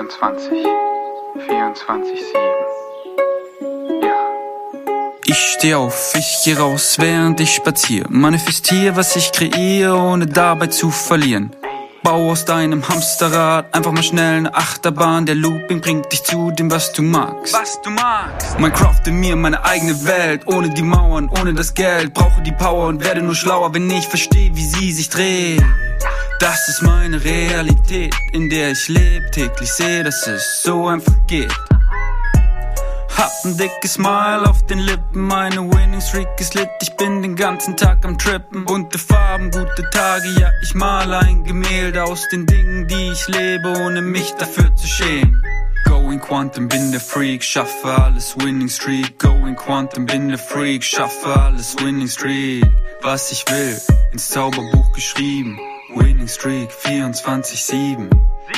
24, 24/7. Ja. Ich steh auf, ich geh raus, während ich spazier. Manifestier, was ich kreiere, ohne dabei zu verlieren. Bau aus deinem Hamsterrad einfach mal schnell eine Achterbahn. Der Looping bringt dich zu dem, was du magst. Mein Craft in mir, meine eigene Welt. Ohne die Mauern, ohne das Geld. Brauche die Power und werde nur schlauer, wenn ich verstehe, wie sie sich dreht. Das ist meine Realität, in der ich lebe. Täglich sehe, dass es so einfach geht. Hab ein dickes Smile auf den Lippen, meine Winning Streak ist lit, ich bin den ganzen Tag am Trippen. Bunte Farben, gute Tage, ja, ich male ein Gemälde aus den Dingen, die ich lebe, ohne mich dafür zu schämen. Going Quantum, bin der Freak, schaffe alles Winning Streak. Going Quantum, bin der Freak, schaffe alles Winning Streak. Was ich will, ins Zauberbuch geschrieben, Winning Streak 24/7.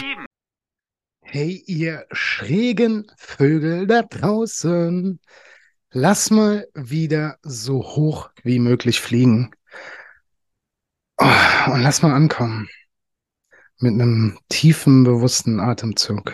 Hey, ihr schrägen Vögel da draußen, lass mal wieder so hoch wie möglich fliegen. Und lass mal ankommen. Mit einem tiefen, bewussten Atemzug.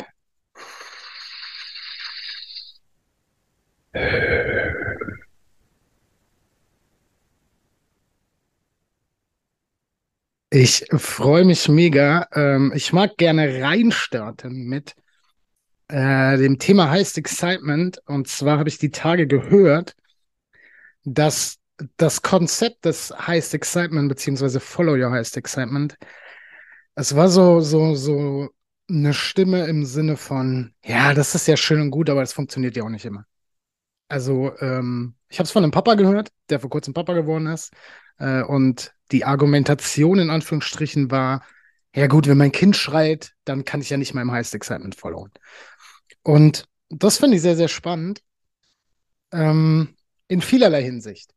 Ich freue mich mega. Ich mag gerne reinstarten mit dem Thema Highest Excitement. Und zwar habe ich die Tage gehört, dass das Konzept des Highest Excitement beziehungsweise Follow Your Highest Excitement, es war so eine Stimme im Sinne von, ja, das ist ja schön und gut, aber das funktioniert ja auch nicht immer. Also ich habe es von einem Papa gehört, der vor kurzem Papa geworden ist. Und die Argumentation in Anführungsstrichen war, ja gut, wenn mein Kind schreit, dann kann ich ja nicht meinem Highest Excitement followen. Und das finde ich sehr, sehr spannend. In vielerlei Hinsicht.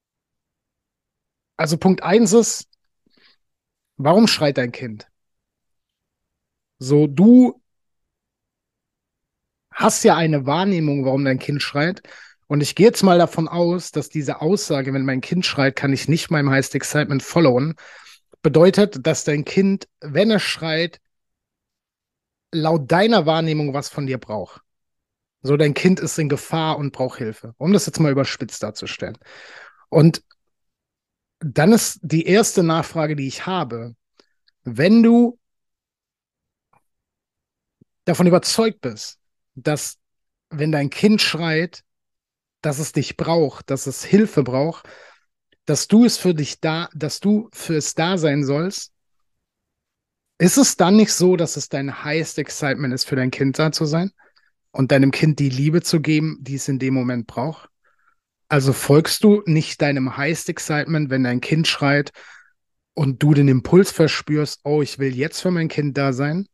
Also Punkt 1 ist, warum schreit dein Kind? So, du hast ja eine Wahrnehmung, warum dein Kind schreit. Und ich gehe jetzt mal davon aus, dass diese Aussage, wenn mein Kind schreit, kann ich nicht meinem Highest Excitement followen, bedeutet, dass dein Kind, wenn es schreit, laut deiner Wahrnehmung was von dir braucht. So, dein Kind ist in Gefahr und braucht Hilfe, um das jetzt mal überspitzt darzustellen. Und dann ist die erste Nachfrage, die ich habe, wenn du davon überzeugt bist, dass wenn dein Kind schreit, dass es dich braucht, dass es Hilfe braucht, dass du es für es da sein sollst, ist es dann nicht so, dass es dein Highest Excitement ist, für dein Kind da zu sein und deinem Kind die Liebe zu geben, die es in dem Moment braucht? Also folgst du nicht deinem Highest Excitement, wenn dein Kind schreit und du den Impuls verspürst, oh, ich will jetzt für mein Kind da sein?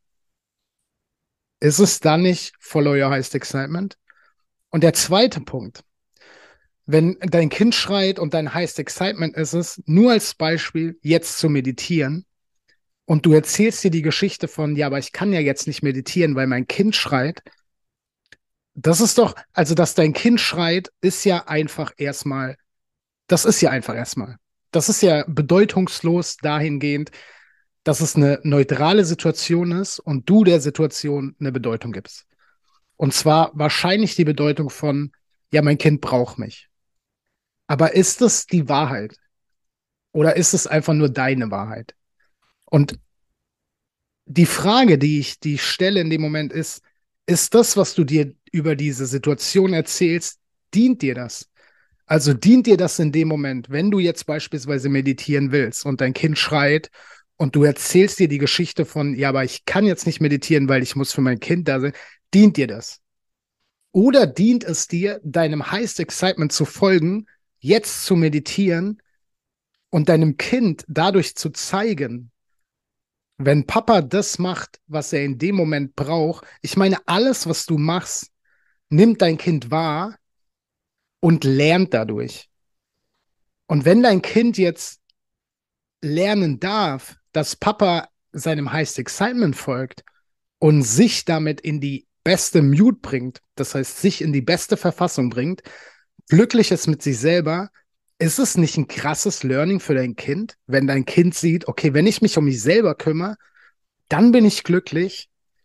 Ist es dann nicht Follow Your Highest Excitement? Und der zweite Punkt, wenn dein Kind schreit und dein Highest Excitement ist es, nur als Beispiel, jetzt zu meditieren und du erzählst dir die Geschichte von, ja, aber ich kann ja jetzt nicht meditieren, weil mein Kind schreit. Das ist doch, also dass dein Kind schreit, ist ja einfach erstmal, das ist ja einfach erstmal. Das ist ja bedeutungslos dahingehend, dass es eine neutrale Situation ist und du der Situation eine Bedeutung gibst. Und zwar wahrscheinlich die Bedeutung von, ja, mein Kind braucht mich. Aber ist es die Wahrheit? Oder ist es einfach nur deine Wahrheit? Und die Frage, die ich stelle in dem Moment ist das, was du dir über diese Situation erzählst, dient dir das? Also dient dir das in dem Moment, wenn du jetzt beispielsweise meditieren willst und dein Kind schreit und du erzählst dir die Geschichte von, ja, aber ich kann jetzt nicht meditieren, weil ich muss für mein Kind da sein, dient dir das? Oder dient es dir, deinem Highest Excitement zu folgen, jetzt zu meditieren und deinem Kind dadurch zu zeigen, wenn Papa das macht, was er in dem Moment braucht, ich meine, alles, was du machst, nimmt dein Kind wahr und lernt dadurch. Und wenn dein Kind jetzt lernen darf, dass Papa seinem Highest Excitement folgt und sich damit in die beste Mute bringt, das heißt, sich in die beste Verfassung bringt, glücklich ist mit sich selber, ist es nicht ein krasses Learning für dein Kind, wenn dein Kind sieht, okay, wenn ich mich um mich selber kümmere, dann bin ich glücklich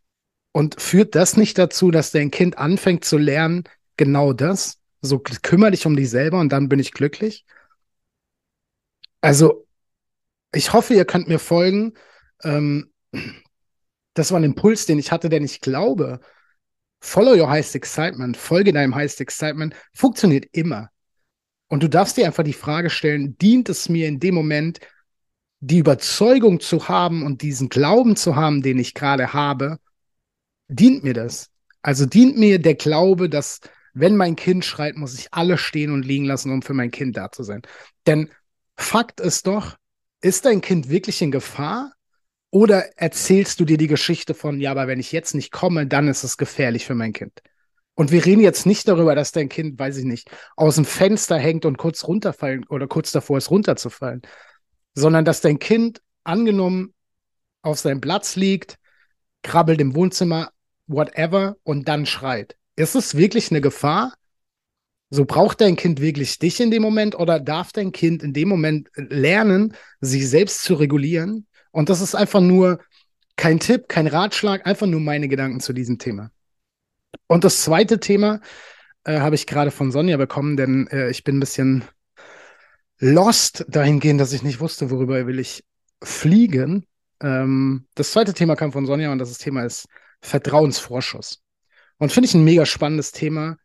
Und führt das nicht dazu, dass dein Kind anfängt zu lernen, genau das? So, kümmere dich um dich selber und dann bin ich glücklich. Also, ich hoffe, ihr könnt mir folgen. Ähm, Das war ein Impuls, den ich hatte, denn ich glaube, follow your highest excitement, folge deinem highest excitement, funktioniert immer. Und du darfst dir einfach die Frage stellen, dient es mir in dem Moment, die Überzeugung zu haben und diesen Glauben zu haben, den ich gerade habe, dient mir das? Also dient mir der Glaube, dass wenn mein Kind schreit, muss ich alles stehen und liegen lassen, um für mein Kind da zu sein. Denn Fakt ist doch, ist dein Kind wirklich in Gefahr? Oder erzählst du dir die Geschichte von, ja, aber wenn ich jetzt nicht komme, dann ist es gefährlich für mein Kind? Und wir reden jetzt nicht darüber, dass dein Kind, weiß ich nicht, aus dem Fenster hängt und kurz runterfallen oder kurz davor ist, runterzufallen, sondern dass dein Kind angenommen auf seinem Platz liegt, krabbelt im Wohnzimmer, whatever, und dann schreit. Ist es wirklich eine Gefahr? So braucht dein Kind wirklich dich in dem Moment oder darf dein Kind in dem Moment lernen, sich selbst zu regulieren? Und das ist einfach nur kein Tipp, kein Ratschlag, einfach nur meine Gedanken zu diesem Thema. Und das zweite Thema habe ich gerade von Sonja bekommen, denn ich bin ein bisschen lost dahingehend, dass ich nicht wusste, worüber will ich fliegen. Das zweite Thema kam von Sonja und das Thema ist Vertrauensvorschuss. Und finde ich ein mega spannendes Thema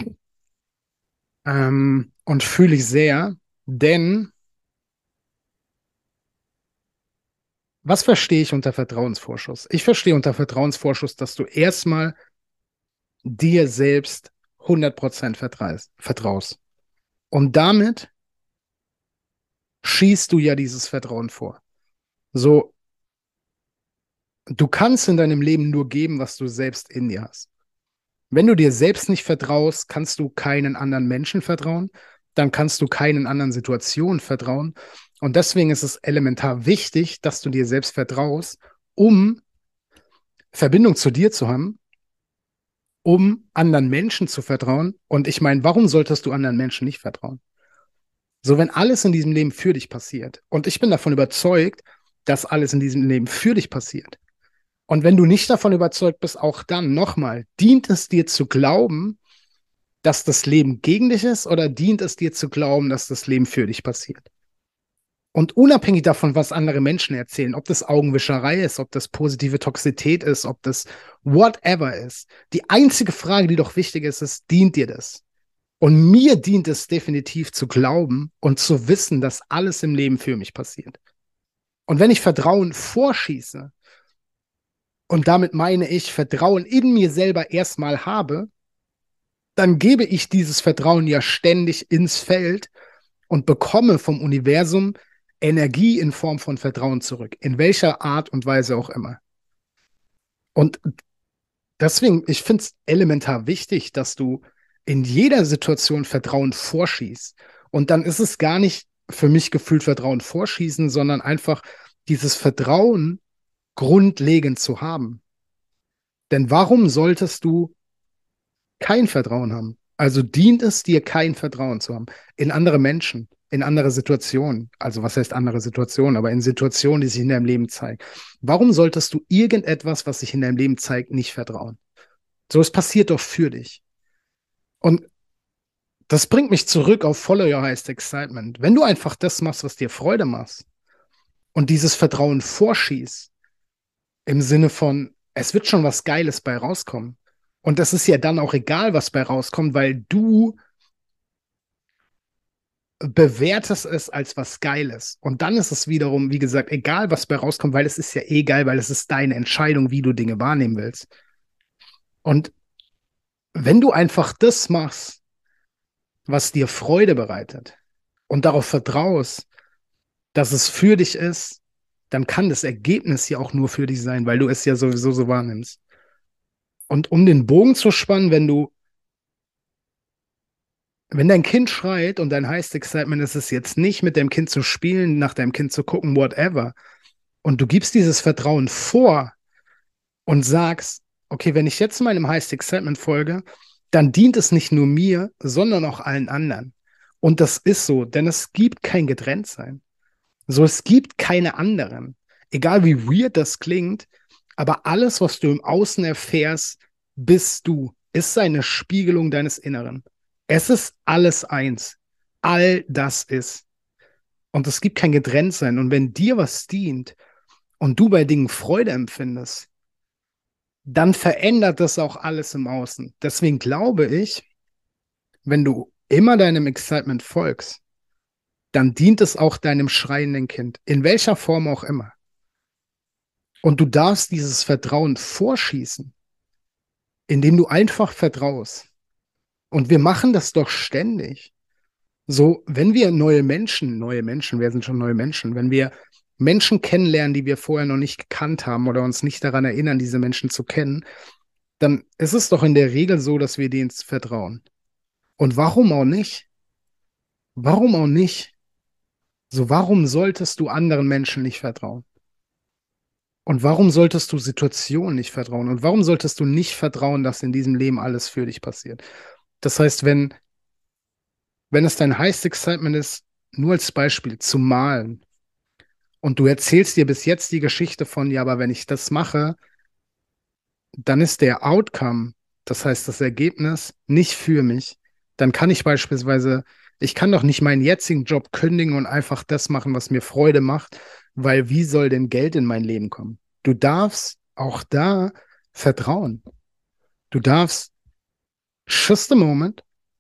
und fühle ich sehr, denn was verstehe ich unter Vertrauensvorschuss? Ich verstehe unter Vertrauensvorschuss, dass du erstmal dir selbst 100% vertraust. Und damit schießt du ja dieses Vertrauen vor. So, du kannst in deinem Leben nur geben, was du selbst in dir hast. Wenn du dir selbst nicht vertraust, kannst du keinen anderen Menschen vertrauen, dann kannst du keinen anderen Situationen vertrauen. Und deswegen ist es elementar wichtig, dass du dir selbst vertraust, um Verbindung zu dir zu haben, um anderen Menschen zu vertrauen. Und ich meine, warum solltest du anderen Menschen nicht vertrauen? So, wenn alles in diesem Leben für dich passiert, und ich bin davon überzeugt, dass alles in diesem Leben für dich passiert. Und wenn du nicht davon überzeugt bist, auch dann nochmal, dient es dir zu glauben, dass das Leben gegen dich ist oder dient es dir zu glauben, dass das Leben für dich passiert? Und unabhängig davon, was andere Menschen erzählen, ob das Augenwischerei ist, ob das positive Toxizität ist, ob das whatever ist, die einzige Frage, die doch wichtig ist, ist, dient dir das? Und mir dient es definitiv zu glauben und zu wissen, dass alles im Leben für mich passiert. Und wenn ich Vertrauen vorschieße, und damit meine ich Vertrauen in mir selber erstmal habe, dann gebe ich dieses Vertrauen ja ständig ins Feld und bekomme vom Universum Energie in Form von Vertrauen zurück, in welcher Art und Weise auch immer. Und deswegen, ich finde es elementar wichtig, dass du in jeder Situation Vertrauen vorschießt. Und dann ist es gar nicht für mich gefühlt Vertrauen vorschießen, sondern einfach dieses Vertrauen grundlegend zu haben. Denn warum solltest du kein Vertrauen haben? Also dient es dir, kein Vertrauen zu haben in andere Menschen, in andere Situationen. Also was heißt andere Situationen, aber in Situationen, die sich in deinem Leben zeigen. Warum solltest du irgendetwas, was sich in deinem Leben zeigt, nicht vertrauen? So, es passiert doch für dich. Und das bringt mich zurück auf Follow Your Highest Excitement. Wenn du einfach das machst, was dir Freude macht und dieses Vertrauen vorschießt, im Sinne von, es wird schon was Geiles bei rauskommen. Und das ist ja dann auch egal, was bei rauskommt, weil du bewertest es als was Geiles. Und dann ist es wiederum, wie gesagt, egal, was bei rauskommt, weil es ist ja eh geil, weil es ist deine Entscheidung, wie du Dinge wahrnehmen willst. Und wenn du einfach das machst, was dir Freude bereitet und darauf vertraust, dass es für dich ist, dann kann das Ergebnis ja auch nur für dich sein, weil du es ja sowieso so wahrnimmst. Und um den Bogen zu spannen, wenn dein Kind schreit und dein Highest Excitement ist es jetzt nicht, mit dem Kind zu spielen, nach deinem Kind zu gucken, whatever, und du gibst dieses Vertrauen vor und sagst, okay, wenn ich jetzt meinem Highest Excitement folge, dann dient es nicht nur mir, sondern auch allen anderen. Und das ist so, denn es gibt kein Getrenntsein. So, es gibt keine anderen. Egal wie weird das klingt, Aber alles, was du im Außen erfährst, bist du, ist eine Spiegelung deines Inneren. Es ist alles eins. All das ist. Und es gibt kein Getrenntsein. Und wenn dir was dient und du bei Dingen Freude empfindest, dann verändert das auch alles im Außen. Deswegen glaube ich, wenn du immer deinem Excitement folgst, dann dient es auch deinem schreienden Kind, in welcher Form auch immer. Und du darfst dieses Vertrauen vorschießen, indem du einfach vertraust. Und wir machen das doch ständig. So, wenn wir neue Menschen, wer sind schon neue Menschen? Wenn wir Menschen kennenlernen, die wir vorher noch nicht gekannt haben oder uns nicht daran erinnern, diese Menschen zu kennen, dann ist es doch in der Regel so, dass wir denen vertrauen. Und warum auch nicht? Warum auch nicht? So, warum solltest du anderen Menschen nicht vertrauen? Und warum solltest du Situationen nicht vertrauen? Und warum solltest du nicht vertrauen, dass in diesem Leben alles für dich passiert? Das heißt, wenn es dein Highest Excitement ist, nur als Beispiel zu malen und du erzählst dir bis jetzt die Geschichte von, ja, aber wenn ich das mache, dann ist der Outcome, das heißt das Ergebnis, nicht für mich. Dann kann ich beispielsweise, ich kann doch nicht meinen jetzigen Job kündigen und einfach das machen, was mir Freude macht, weil wie soll denn Geld in mein Leben kommen? Du darfst auch da vertrauen. Du darfst just a moment.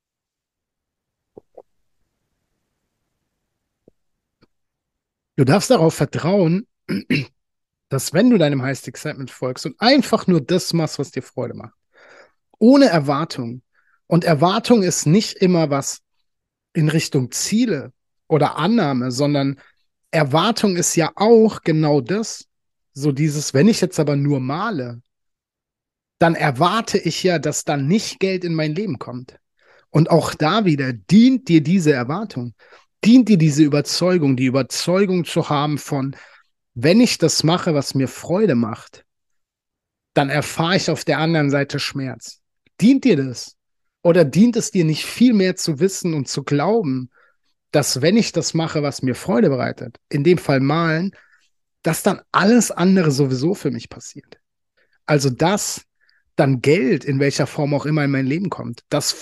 Du darfst darauf vertrauen, dass wenn du deinem Highest Excitement folgst und einfach nur das machst, was dir Freude macht, ohne Erwartung. Und Erwartung ist nicht immer was in Richtung Ziele oder Annahme, sondern Erwartung ist ja auch genau das. So dieses, wenn ich jetzt aber nur male, dann erwarte ich ja, dass dann nicht Geld in mein Leben kommt. Und auch da wieder dient dir diese Erwartung, dient dir diese Überzeugung, die Überzeugung zu haben von, wenn ich das mache, was mir Freude macht, dann erfahre ich auf der anderen Seite Schmerz. Dient dir das? Oder dient es dir nicht viel mehr zu wissen und zu glauben, dass wenn ich das mache, was mir Freude bereitet, in dem Fall malen, dass dann alles andere sowieso für mich passiert? Also dass dann Geld in welcher Form auch immer in mein Leben kommt,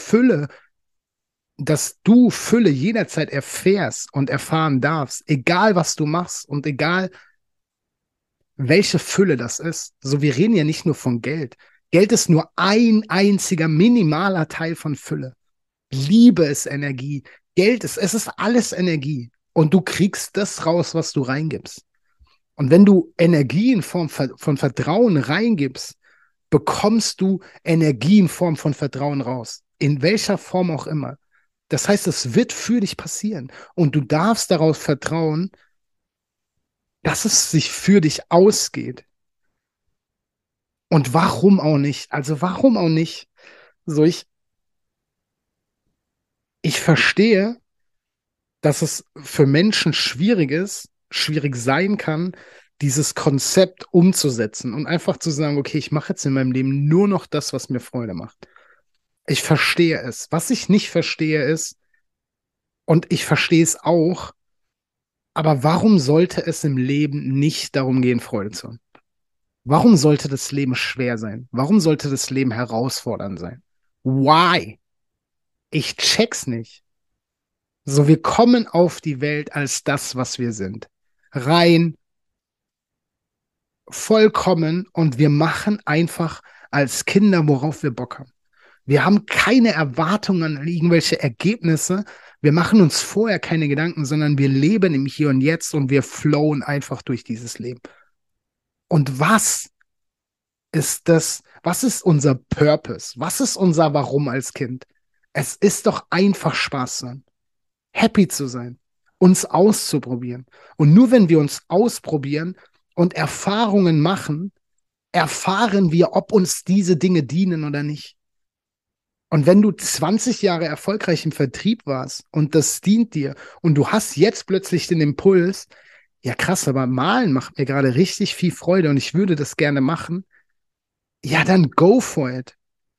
dass du Fülle jederzeit erfährst und erfahren darfst, egal was du machst und egal welche Fülle das ist. So, wir reden ja nicht nur von Geld. Geld ist nur ein einziger minimaler Teil von Fülle. Liebe ist Energie. Geld ist, es ist alles Energie. Und du kriegst das raus, was du reingibst. Und wenn du Energie in Form von Vertrauen reingibst, bekommst du Energie in Form von Vertrauen raus. In welcher Form auch immer. Das heißt, es wird für dich passieren. Und du darfst darauf vertrauen, dass es sich für dich ausgeht. Und warum auch nicht? Also warum auch nicht? So, ich verstehe, dass es für Menschen schwierig ist, schwierig sein kann, dieses Konzept umzusetzen und einfach zu sagen, okay, ich mache jetzt in meinem Leben nur noch das, was mir Freude macht. Ich verstehe es. Was ich nicht verstehe ist, und ich verstehe es auch, aber warum sollte es im Leben nicht darum gehen, Freude zu haben? Warum sollte das Leben schwer sein? Warum sollte das Leben herausfordernd sein? Why? Ich check's nicht. So, wir kommen auf die Welt als das, was wir sind. Rein, vollkommen und wir machen einfach als Kinder, worauf wir Bock haben. Wir haben keine Erwartungen an irgendwelche Ergebnisse. Wir machen uns vorher keine Gedanken, sondern wir leben im Hier und Jetzt und wir flowen einfach durch dieses Leben. Und was ist das? Was ist unser Purpose? Was ist unser Warum als Kind? Es ist doch einfach Spaß zu haben, happy zu sein, uns auszuprobieren. Und nur wenn wir uns ausprobieren und Erfahrungen machen, erfahren wir, ob uns diese Dinge dienen oder nicht. Und wenn du 20 Jahre erfolgreich im Vertrieb warst und das dient dir und du hast jetzt plötzlich den Impuls, ja krass, aber Malen macht mir gerade richtig viel Freude und ich würde das gerne machen, ja dann go for it.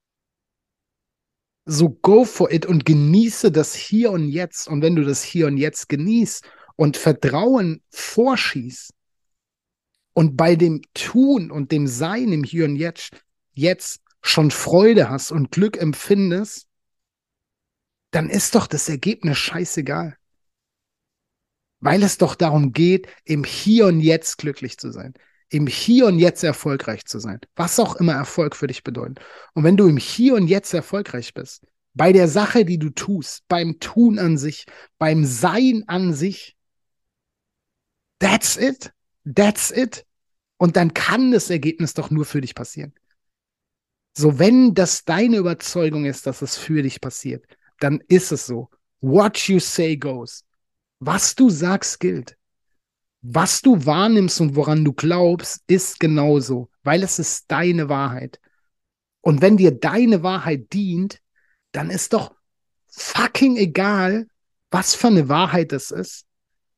So go for it und genieße das Hier und Jetzt. Und wenn du das Hier und Jetzt genießt und Vertrauen vorschießt, und bei dem Tun und dem Sein im Hier und jetzt schon Freude hast und Glück empfindest, dann ist doch das Ergebnis scheißegal. Weil es doch darum geht, im Hier und Jetzt glücklich zu sein, im Hier und Jetzt erfolgreich zu sein, was auch immer Erfolg für dich bedeutet. Und wenn du im Hier und Jetzt erfolgreich bist, bei der Sache, die du tust, beim Tun an sich, beim Sein an sich, that's it, that's it. Und dann kann das Ergebnis doch nur für dich passieren. So, wenn das deine Überzeugung ist, dass es für dich passiert, dann ist es so. What you say goes. Was du sagst, gilt. Was du wahrnimmst und woran du glaubst, ist genauso, weil es ist deine Wahrheit. Und wenn dir deine Wahrheit dient, dann ist doch fucking egal, was für eine Wahrheit es ist.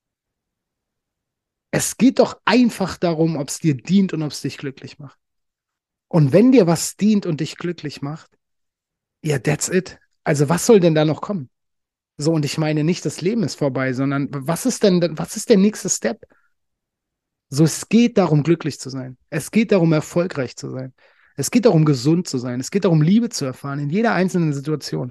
Es geht doch einfach darum, ob es dir dient und ob es dich glücklich macht. Und wenn dir was dient und dich glücklich macht, ja, that's it. Also was soll denn da noch kommen? So, und ich meine nicht, das Leben ist vorbei, sondern was ist der nächste Step? So, es geht darum, glücklich zu sein. Es geht darum, erfolgreich zu sein. Es geht darum, gesund zu sein. Es geht darum, Liebe zu erfahren in jeder einzelnen Situation.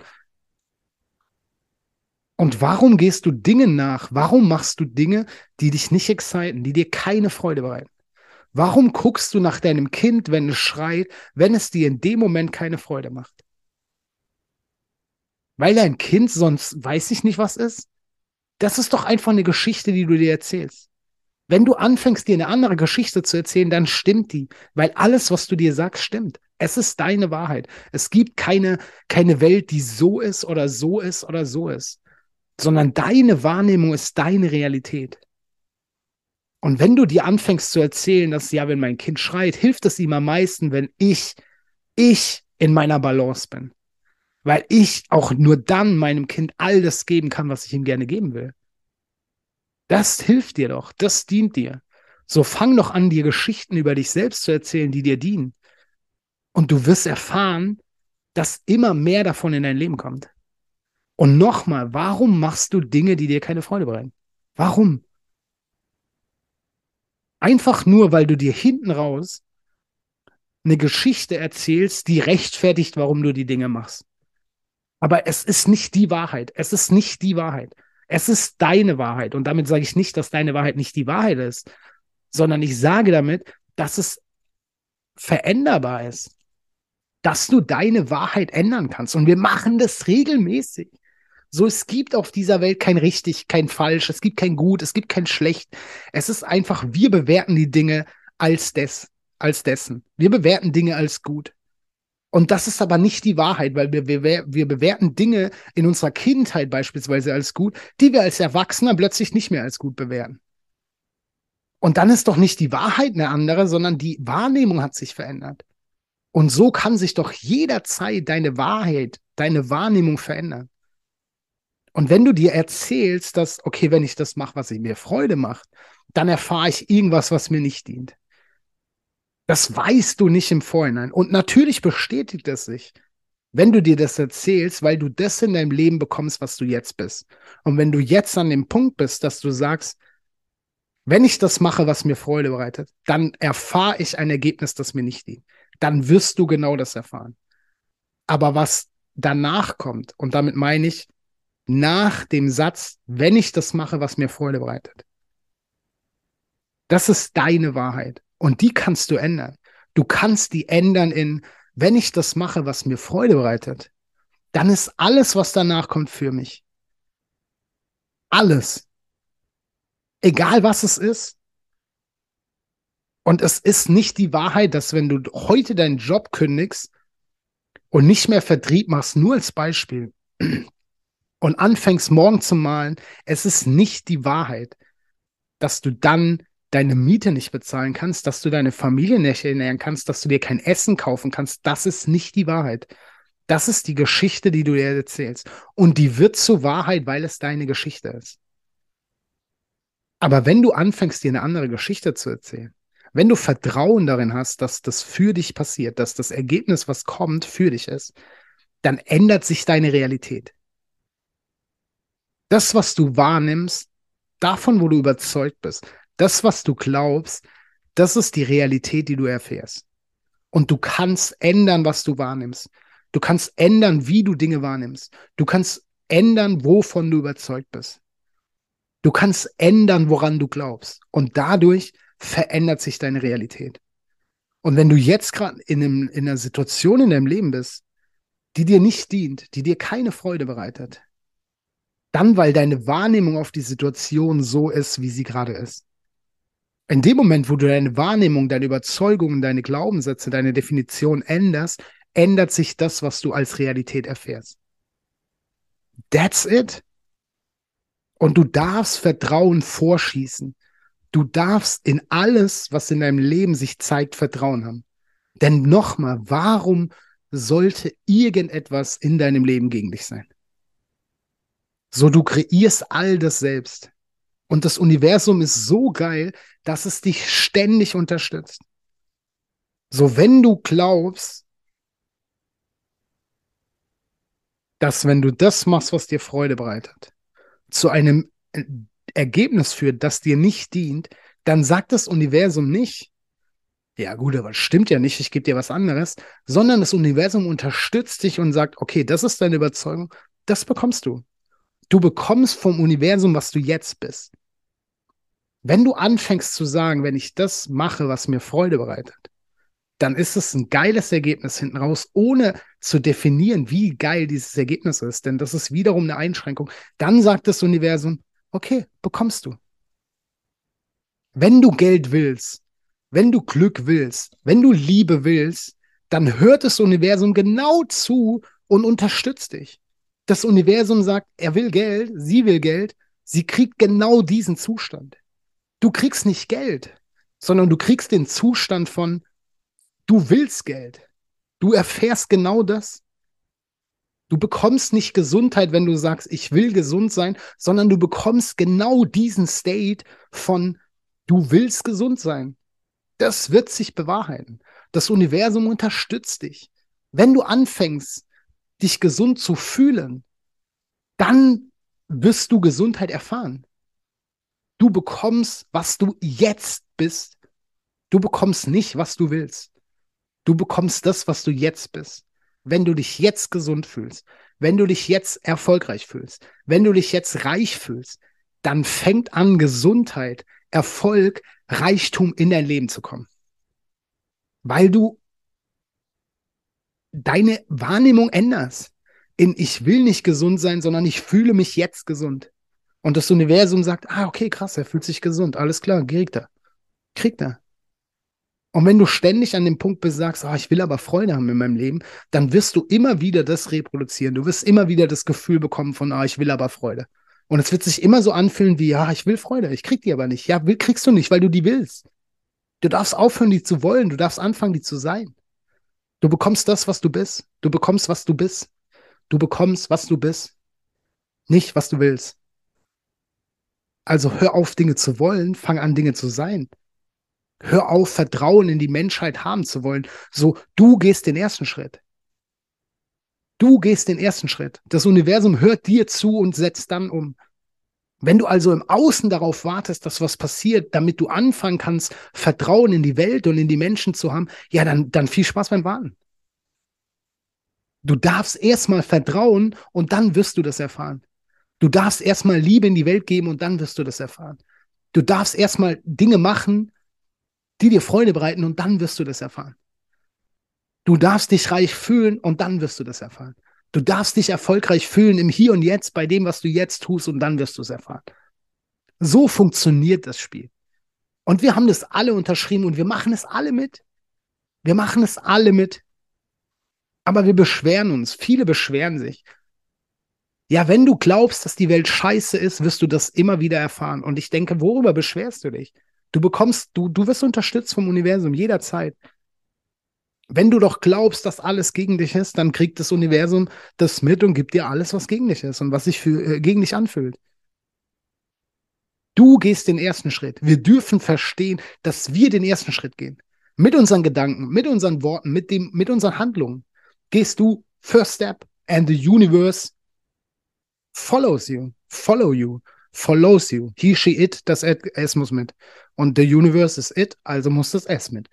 Und warum gehst du Dingen nach? Warum machst du Dinge, die dich nicht exciten, die dir keine Freude bereiten? Warum guckst du nach deinem Kind, wenn es schreit, wenn es dir in dem Moment keine Freude macht? Weil dein Kind sonst weiß ich nicht, was ist? Das ist doch einfach eine Geschichte, die du dir erzählst. Wenn du anfängst, dir eine andere Geschichte zu erzählen, dann stimmt die, weil alles, was du dir sagst, stimmt. Es ist deine Wahrheit. Es gibt keine Welt, die so ist oder so ist oder so ist, sondern deine Wahrnehmung ist deine Realität. Und wenn du dir anfängst zu erzählen, dass, ja, wenn mein Kind schreit, hilft es ihm am meisten, wenn ich in meiner Balance bin. Weil ich auch nur dann meinem Kind all das geben kann, was ich ihm gerne geben will. Das hilft dir doch, das dient dir. So fang doch an, dir Geschichten über dich selbst zu erzählen, die dir dienen. Und du wirst erfahren, dass immer mehr davon in dein Leben kommt. Und nochmal, warum machst du Dinge, die dir keine Freude bereiten? Warum? Einfach nur, weil du dir hinten raus eine Geschichte erzählst, die rechtfertigt, warum du die Dinge machst. Aber es ist nicht die Wahrheit. Es ist nicht die Wahrheit. Es ist deine Wahrheit. Und damit sage ich nicht, dass deine Wahrheit nicht die Wahrheit ist, sondern ich sage damit, dass es veränderbar ist, dass du deine Wahrheit ändern kannst. Und wir machen das regelmäßig. So, es gibt auf dieser Welt kein richtig, kein falsch, es gibt kein gut, es gibt kein schlecht. Es ist einfach, wir bewerten die Dinge als dessen. Wir bewerten Dinge als gut. Und das ist aber nicht die Wahrheit, weil wir bewerten Dinge in unserer Kindheit beispielsweise als gut, die wir als Erwachsener plötzlich nicht mehr als gut bewerten. Und dann ist doch nicht die Wahrheit eine andere, sondern die Wahrnehmung hat sich verändert. Und so kann sich doch jederzeit deine Wahrheit, deine Wahrnehmung verändern. Und wenn du dir erzählst, dass, okay, wenn ich das mache, was mir Freude macht, dann erfahre ich irgendwas, was mir nicht dient. Das weißt du nicht im Vorhinein. Und natürlich bestätigt es sich, wenn du dir das erzählst, weil du das in deinem Leben bekommst, was du jetzt bist. Und wenn du jetzt an dem Punkt bist, dass du sagst, wenn ich das mache, was mir Freude bereitet, dann erfahre ich ein Ergebnis, das mir nicht dient. Dann wirst du genau das erfahren. Aber was danach kommt, und damit meine ich, nach dem Satz, wenn ich das mache, was mir Freude bereitet, das ist deine Wahrheit. Und die kannst du ändern. Du kannst die ändern in, wenn ich das mache, was mir Freude bereitet, dann ist alles, was danach kommt, für mich. Alles. Egal, was es ist. Und es ist nicht die Wahrheit, dass wenn du heute deinen Job kündigst und nicht mehr Vertrieb machst, nur als Beispiel, und anfängst morgen zu malen, es ist nicht die Wahrheit, dass du dann deine Miete nicht bezahlen kannst, dass du deine Familie nicht ernähren kannst, dass du dir kein Essen kaufen kannst. Das ist nicht die Wahrheit. Das ist die Geschichte, die du dir erzählst. Und die wird zur Wahrheit, weil es deine Geschichte ist. Aber wenn du anfängst, dir eine andere Geschichte zu erzählen, wenn du Vertrauen darin hast, dass das für dich passiert, dass das Ergebnis, was kommt, für dich ist, dann ändert sich deine Realität. Das, was du wahrnimmst, davon, wo du überzeugt bist, das, was du glaubst, Das ist die Realität, die du erfährst. Und du kannst ändern, was du wahrnimmst. Du kannst ändern, wie du Dinge wahrnimmst. Du kannst ändern, wovon du überzeugt bist. Du kannst ändern, woran du glaubst. Und dadurch verändert sich deine Realität. Und wenn du jetzt gerade in einer Situation in deinem Leben bist, die dir nicht dient, die dir keine Freude bereitet, dann, weil deine Wahrnehmung auf die Situation so ist, wie sie gerade ist. In dem Moment, wo du deine Wahrnehmung, deine Überzeugungen, deine Glaubenssätze, deine Definition änderst, ändert sich das, was du als Realität erfährst. That's it. Und du darfst Vertrauen vorschießen. Du darfst in alles, was in deinem Leben sich zeigt, Vertrauen haben. Denn nochmal, warum sollte irgendetwas in deinem Leben gegen dich sein? So, du kreierst all das selbst. Und das Universum ist so geil, dass es dich ständig unterstützt. So, wenn du glaubst, dass wenn du das machst, was dir Freude bereitet, zu einem Ergebnis führt, das dir nicht dient, dann sagt das Universum nicht, ja gut, aber das stimmt ja nicht, ich gebe dir was anderes, sondern das Universum unterstützt dich und sagt, okay, das ist deine Überzeugung, das bekommst du. Du bekommst vom Universum, was du jetzt bist. Wenn du anfängst zu sagen, wenn ich das mache, was mir Freude bereitet, dann ist es ein geiles Ergebnis hinten raus, ohne zu definieren, wie geil dieses Ergebnis ist. Denn das ist wiederum eine Einschränkung. Dann sagt das Universum, okay, bekommst du. Wenn du Geld willst, wenn du Glück willst, wenn du Liebe willst, dann hört das Universum genau zu und unterstützt dich. Das Universum sagt, er will Geld, sie kriegt genau diesen Zustand. Du kriegst nicht Geld, sondern du kriegst den Zustand von, du willst Geld. Du erfährst genau das. Du bekommst nicht Gesundheit, wenn du sagst, ich will gesund sein, sondern du bekommst genau diesen State von, du willst gesund sein. Das wird sich bewahrheiten. Das Universum unterstützt dich. Wenn du anfängst, dich gesund zu fühlen, dann wirst du Gesundheit erfahren. Du bekommst, was du jetzt bist. Du bekommst nicht, was du willst. Du bekommst das, was du jetzt bist. Wenn du dich jetzt gesund fühlst, wenn du dich jetzt erfolgreich fühlst, wenn du dich jetzt reich fühlst, dann fängt an, Gesundheit, Erfolg, Reichtum in dein Leben zu kommen. Weil du deine Wahrnehmung änderst. Ich will nicht gesund sein, sondern ich fühle mich jetzt gesund. Und das Universum sagt, okay, krass, er fühlt sich gesund, alles klar, kriegt er. Kriegt er. Und wenn du ständig an dem Punkt bist, sagst, ich will aber Freude haben in meinem Leben, dann wirst du immer wieder das reproduzieren. Du wirst immer wieder das Gefühl bekommen von, ich will aber Freude. Und es wird sich immer so anfühlen wie, ich will Freude, ich krieg die aber nicht. Ja, kriegst du nicht, weil du die willst. Du darfst aufhören, die zu wollen. Du darfst anfangen, die zu sein. Du bekommst das, was du bist. Du bekommst, was du bist. Du bekommst, was du bist. Nicht, was du willst. Also hör auf, Dinge zu wollen, fang an, Dinge zu sein. Hör auf, Vertrauen in die Menschheit haben zu wollen. So, du gehst den ersten Schritt. Du gehst den ersten Schritt. Das Universum hört dir zu und setzt dann um. Wenn du also im Außen darauf wartest, dass was passiert, damit du anfangen kannst, Vertrauen in die Welt und in die Menschen zu haben, ja, dann viel Spaß beim Warten. Du darfst erstmal vertrauen und dann wirst du das erfahren. Du darfst erstmal Liebe in die Welt geben und dann wirst du das erfahren. Du darfst erstmal Dinge machen, die dir Freude bereiten und dann wirst du das erfahren. Du darfst dich reich fühlen und dann wirst du das erfahren. Du darfst dich erfolgreich fühlen im Hier und Jetzt bei dem, was du jetzt tust und dann wirst du es erfahren. So funktioniert das Spiel. Und wir haben das alle unterschrieben und wir machen es alle mit. Wir machen es alle mit. Aber wir beschweren uns. Viele beschweren sich. Ja, wenn du glaubst, dass die Welt scheiße ist, wirst du das immer wieder erfahren. Und ich denke, worüber beschwerst du dich? Du wirst unterstützt vom Universum jederzeit. Wenn du doch glaubst, dass alles gegen dich ist, dann kriegt das Universum das mit und gibt dir alles, was gegen dich ist und was sich gegen dich anfühlt. Du gehst den ersten Schritt. Wir dürfen verstehen, dass wir den ersten Schritt gehen. Mit unseren Gedanken, mit unseren Worten, mit unseren Handlungen. Gehst du First Step and the Universe follow you. follows you. He, she, it, das S muss mit. Und the universe is it, also muss das S mit.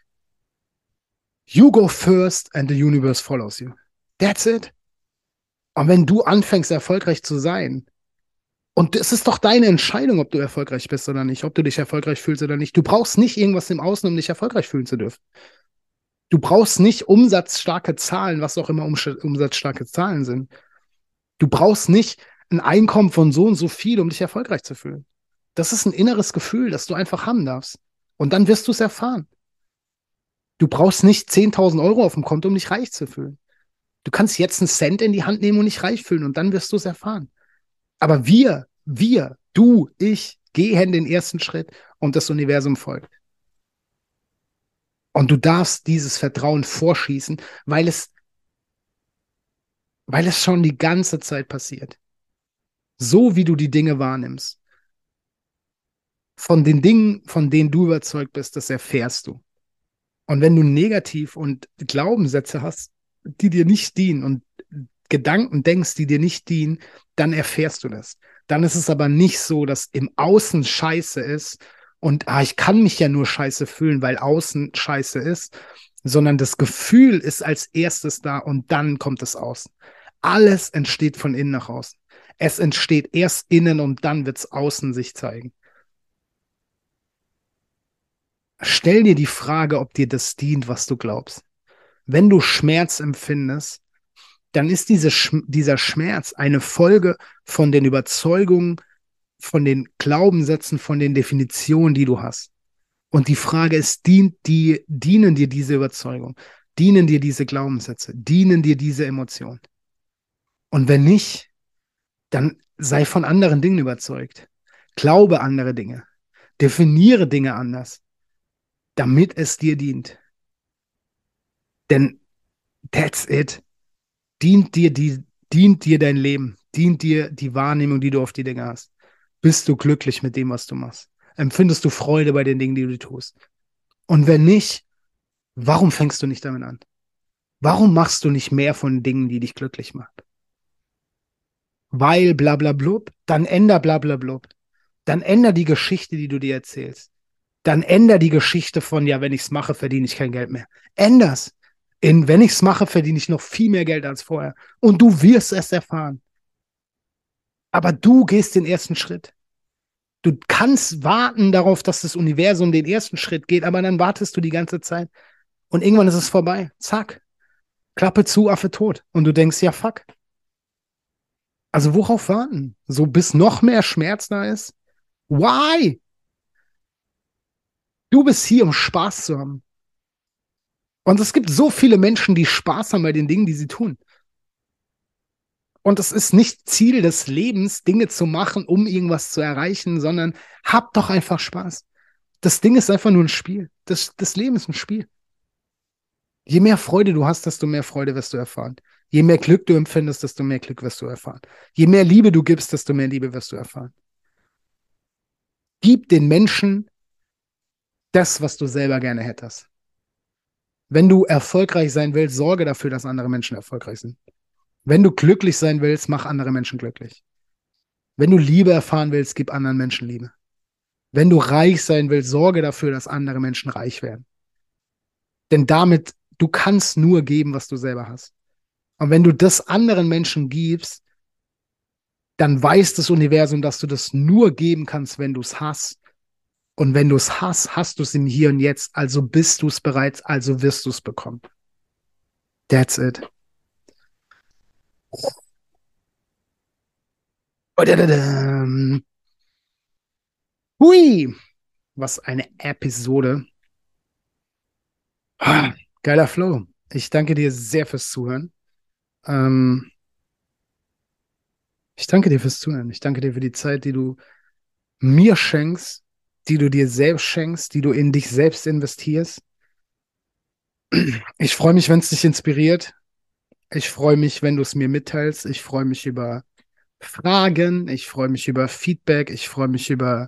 You go first and the universe follows you. That's it. Und wenn du anfängst, erfolgreich zu sein, und es ist doch deine Entscheidung, ob du erfolgreich bist oder nicht, ob du dich erfolgreich fühlst oder nicht. Du brauchst nicht irgendwas im Außen, um dich erfolgreich fühlen zu dürfen. Du brauchst nicht umsatzstarke Zahlen, was auch immer umsatzstarke Zahlen sind. Du brauchst nicht ein Einkommen von so und so viel, um dich erfolgreich zu fühlen. Das ist ein inneres Gefühl, das du einfach haben darfst. Und dann wirst du es erfahren. Du brauchst nicht 10.000 Euro auf dem Konto, um dich reich zu fühlen. Du kannst jetzt einen Cent in die Hand nehmen und dich reich fühlen und dann wirst du es erfahren. Aber du, ich, gehen den ersten Schritt und das Universum folgt. Und du darfst dieses Vertrauen vorschießen, weil es schon die ganze Zeit passiert. So wie du die Dinge wahrnimmst. Von den Dingen, von denen du überzeugt bist, das erfährst du. Und wenn du negativ und Glaubenssätze hast, die dir nicht dienen und Gedanken denkst, die dir nicht dienen, dann erfährst du das. Dann ist es aber nicht so, dass im Außen Scheiße ist und ich kann mich ja nur scheiße fühlen, weil außen scheiße ist, sondern das Gefühl ist als erstes da und dann kommt es außen. Alles entsteht von innen nach außen. Es entsteht erst innen und dann wird es außen sich zeigen. Stell dir die Frage, ob dir das dient, was du glaubst. Wenn du Schmerz empfindest, dann ist dieser Schmerz eine Folge von den Überzeugungen, von den Glaubenssätzen, von den Definitionen, die du hast. Und die Frage ist, dienen dir diese Überzeugung? Dienen dir diese Glaubenssätze? Dienen dir diese Emotionen? Und wenn nicht, dann sei von anderen Dingen überzeugt. Glaube andere Dinge. Definiere Dinge anders, damit es dir dient. Denn that's it. Dient dir dein Leben, dient dir die Wahrnehmung, die du auf die Dinge hast. Bist du glücklich mit dem, was du machst? Empfindest du Freude bei den Dingen, die du tust? Und wenn nicht, warum fängst du nicht damit an? Warum machst du nicht mehr von Dingen, die dich glücklich machen? Weil bla bla blub, dann änder bla bla blub. Dann änder die Geschichte, die du dir erzählst. Dann änder die Geschichte von, ja, wenn ich es mache, verdiene ich kein Geld mehr. Änder's. Wenn ich es mache, verdiene ich noch viel mehr Geld als vorher. Und du wirst es erfahren. Aber du gehst den ersten Schritt. Du kannst warten darauf, dass das Universum den ersten Schritt geht, aber dann wartest du die ganze Zeit. Und irgendwann ist es vorbei. Zack. Klappe zu, Affe tot. Und du denkst, ja, fuck. Also worauf warten? So bis noch mehr Schmerz da ist? Why? Du bist hier, um Spaß zu haben. Und es gibt so viele Menschen, die Spaß haben bei den Dingen, die sie tun. Und es ist nicht Ziel des Lebens, Dinge zu machen, um irgendwas zu erreichen, sondern hab doch einfach Spaß. Das Ding ist einfach nur ein Spiel. Das Leben ist ein Spiel. Je mehr Freude du hast, desto mehr Freude wirst du erfahren. Je mehr Glück du empfindest, desto mehr Glück wirst du erfahren. Je mehr Liebe du gibst, desto mehr Liebe wirst du erfahren. Gib den Menschen das, was du selber gerne hättest. Wenn du erfolgreich sein willst, sorge dafür, dass andere Menschen erfolgreich sind. Wenn du glücklich sein willst, mach andere Menschen glücklich. Wenn du Liebe erfahren willst, gib anderen Menschen Liebe. Wenn du reich sein willst, sorge dafür, dass andere Menschen reich werden. Denn damit, du kannst nur geben, was du selber hast. Und wenn du das anderen Menschen gibst, dann weiß das Universum, dass du das nur geben kannst, wenn du es hast. Und wenn du es hast, hast du es im Hier und Jetzt. Also bist du es bereits, also wirst du es bekommen. That's it. Hui, was eine Episode. Geiler Flow. Ich danke dir sehr fürs Zuhören. Ähm, Ich danke dir fürs Zuhören. Ich danke dir für die Zeit, die du mir schenkst, die du dir selbst schenkst, die du in dich selbst investierst. Ich freue mich, wenn es dich inspiriert. Ich freue mich, wenn du es mir mitteilst. Ich freue mich über Fragen. Ich freue mich über Feedback. Ich freue mich über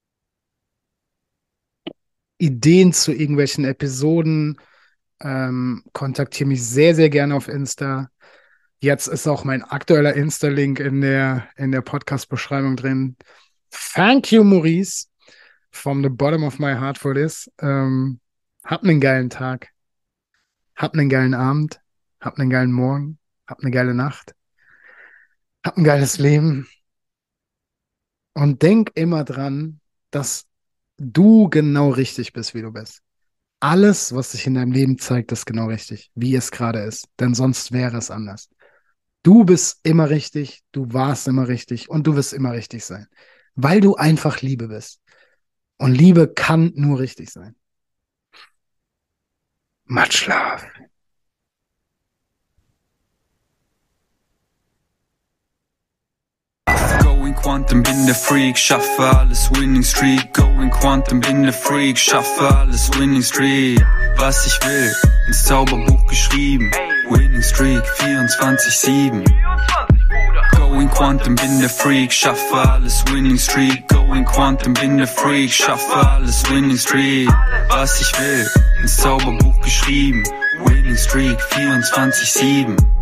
Ideen zu irgendwelchen Episoden. Kontaktiere mich sehr, sehr gerne auf Insta. Jetzt ist auch mein aktueller Insta-Link in der Podcast-Beschreibung drin. Thank you, Maurice. From the bottom of my heart for this. Hab einen geilen Tag. Hab einen geilen Abend. Hab einen geilen Morgen. Hab eine geile Nacht. Hab ein geiles Leben. Und denk immer dran, dass du genau richtig bist, wie du bist. Alles, was sich in deinem Leben zeigt, ist genau richtig, wie es gerade ist. Denn sonst wäre es anders. Du bist immer richtig, du warst immer richtig und du wirst immer richtig sein. Weil du einfach Liebe bist. Und Liebe kann nur richtig sein. Much love. Going Quantum, bin der Freak, schaffe alles Winning Streak. Going Quantum, bin der Freak, schaffe alles Winning Streak. Was ich will, ins Zauberbuch geschrieben. Winning Streak 24/7. Going Quantum, bin der Freak, schaffe alles Winning Streak. Going Quantum, bin der Freak, schaffe alles Winning Streak. Was ich will, ins Zauberbuch geschrieben. Winning Streak 24/7.